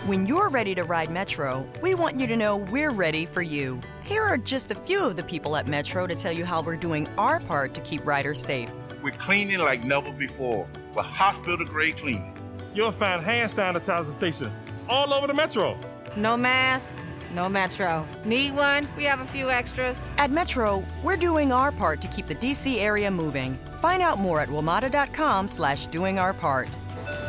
When you're ready to ride Metro, we want you to know we're ready for you. Here are just a few of the people at Metro to tell you how we're doing our part to keep riders safe. We're cleaning like never before with hospital-grade cleaning. You'll find hand sanitizer stations all over the Metro. No mask, no Metro. Need one? We have a few extras. At Metro, we're doing our part to keep the D.C. area moving. Find out more at WMATA.com/doingourpart.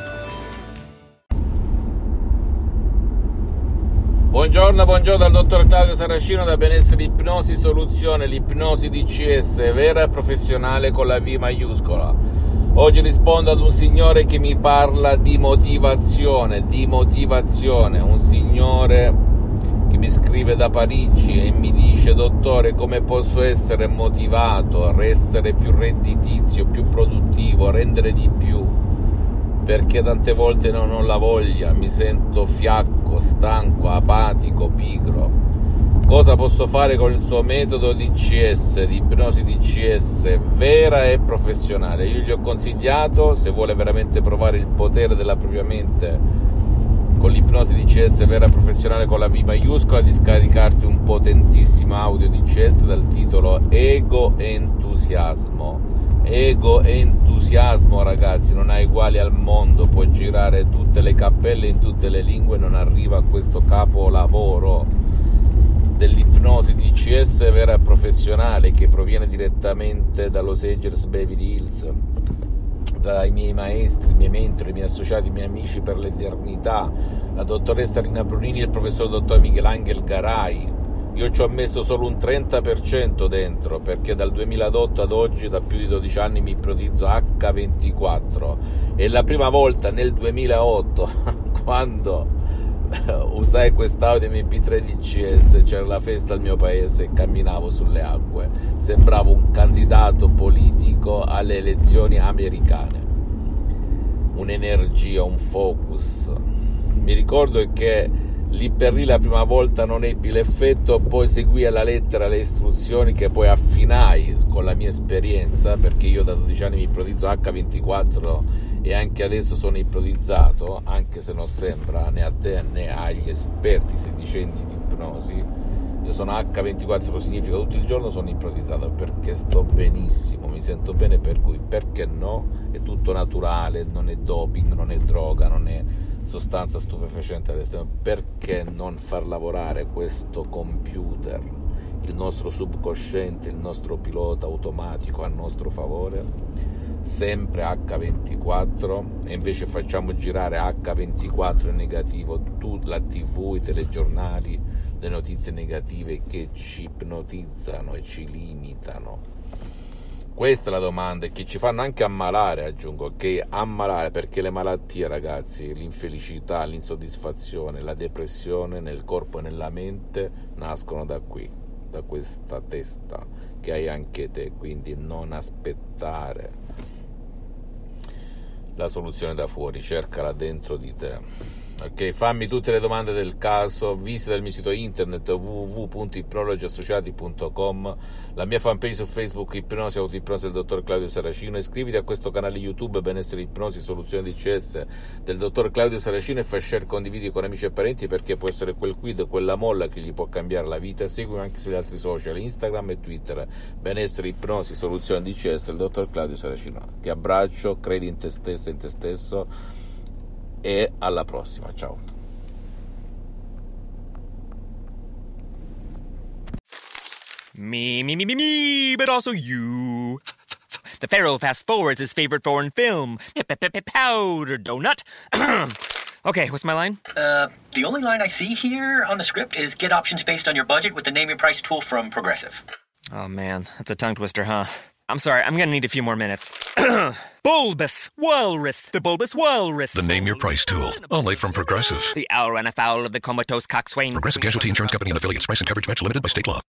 Buongiorno dal dottor Claudio Saracino da Benessere Ipnosi Soluzione, l'ipnosi DCS vera e professionale con la V maiuscola. Oggi rispondo ad un signore che mi parla di motivazione, un signore che mi scrive da Parigi e mi dice: dottore, come posso essere motivato, essere più redditizio, più produttivo, rendere di più? Perché tante volte non ho la voglia, mi sento fiacco, stanco, apatico, pigro. Cosa posso fare con il suo metodo DCS, di ipnosi DCS vera e professionale? Io gli ho consigliato, se vuole veramente provare il potere della propria mente con l'ipnosi DCS vera e professionale con la V maiuscola, di scaricarsi un potentissimo audio DCS dal titolo Ego Entusiasmo. Ego e entusiasmo, ragazzi, non ha uguali al mondo, può girare tutte le cappelle in tutte le lingue, non arriva a questo capolavoro dell'ipnosi DCS vera e professionale che proviene direttamente da Los Angeles Beverly Hills, dai miei maestri, i miei mentori, i miei associati, i miei amici per l'eternità, la dottoressa Rina Brunini e il professor dottor Michelangelo Garai. Io ci ho messo solo un 30% dentro, perché dal 2008 ad oggi, da più di 12 anni, mi ipnotizzo H24. E la prima volta nel 2008, quando usai quest'audio MP3 DCS, c'era la festa al mio paese e camminavo sulle acque. Sembravo un candidato politico alle elezioni americane. Un'energia, un focus. Mi ricordo che lì per lì la prima volta non ebbi l'effetto, poi seguì alla lettera le istruzioni che poi affinai con la mia esperienza, perché io da 12 anni mi ipnotizzo H24 e anche adesso sono ipnotizzato, anche se non sembra né a te né agli esperti sedicenti di ipnosi. Io sono H24, significa tutto il giorno sono ipnotizzato, perché sto benissimo, mi sento bene, per cui perché no? È tutto naturale, non è doping, non è droga, non è sostanza stupefacente all'esterno. Perché non far lavorare questo computer, il nostro subconsciente, il nostro pilota automatico a nostro favore, sempre H24, e invece facciamo girare H24 in negativo la TV, i telegiornali, le notizie negative che ci ipnotizzano e ci limitano. Questa è la domanda, e che ci fanno anche ammalare, aggiungo, che ammalare, perché le malattie, ragazzi, l'infelicità, l'insoddisfazione, la depressione nel corpo e nella mente nascono da qui, da questa testa che hai anche te, quindi non aspettare la soluzione da fuori, cercala dentro di te. Ok, fammi tutte le domande del caso, visita il mio sito internet www.ipnologiassociati.com, la mia fanpage su Facebook Ipnosi Autoipnosi del dottor Claudio Saracino, iscriviti a questo canale YouTube Benessere Ipnosi Soluzione DCS del dottor Claudio Saracino e fai share, condividi con amici e parenti, perché può essere quel quid, quella molla che gli può cambiare la vita. Seguimi anche sugli altri social, Instagram e Twitter, Benessere Ipnosi Soluzione DCS del dottor Claudio Saracino. Ti abbraccio, credi in te stessa e in te stesso, e alla prossima, ciao. Me, but also you. The Pharaoh fast forwards his favorite foreign film, Powder Donut. Okay, what's my line? The only line I see here on the script is get options based on your budget with the Name Your Price tool from Progressive. Oh man, that's a tongue twister, huh? I'm sorry, I'm gonna need a few more minutes. Bulbous Walrus, the Bulbous Walrus. The Name Your Price tool, only from Progressive. The owl ran afoul of the comatose coxswain. Progressive Casualty Insurance Company and affiliates. Price and coverage match limited by state law.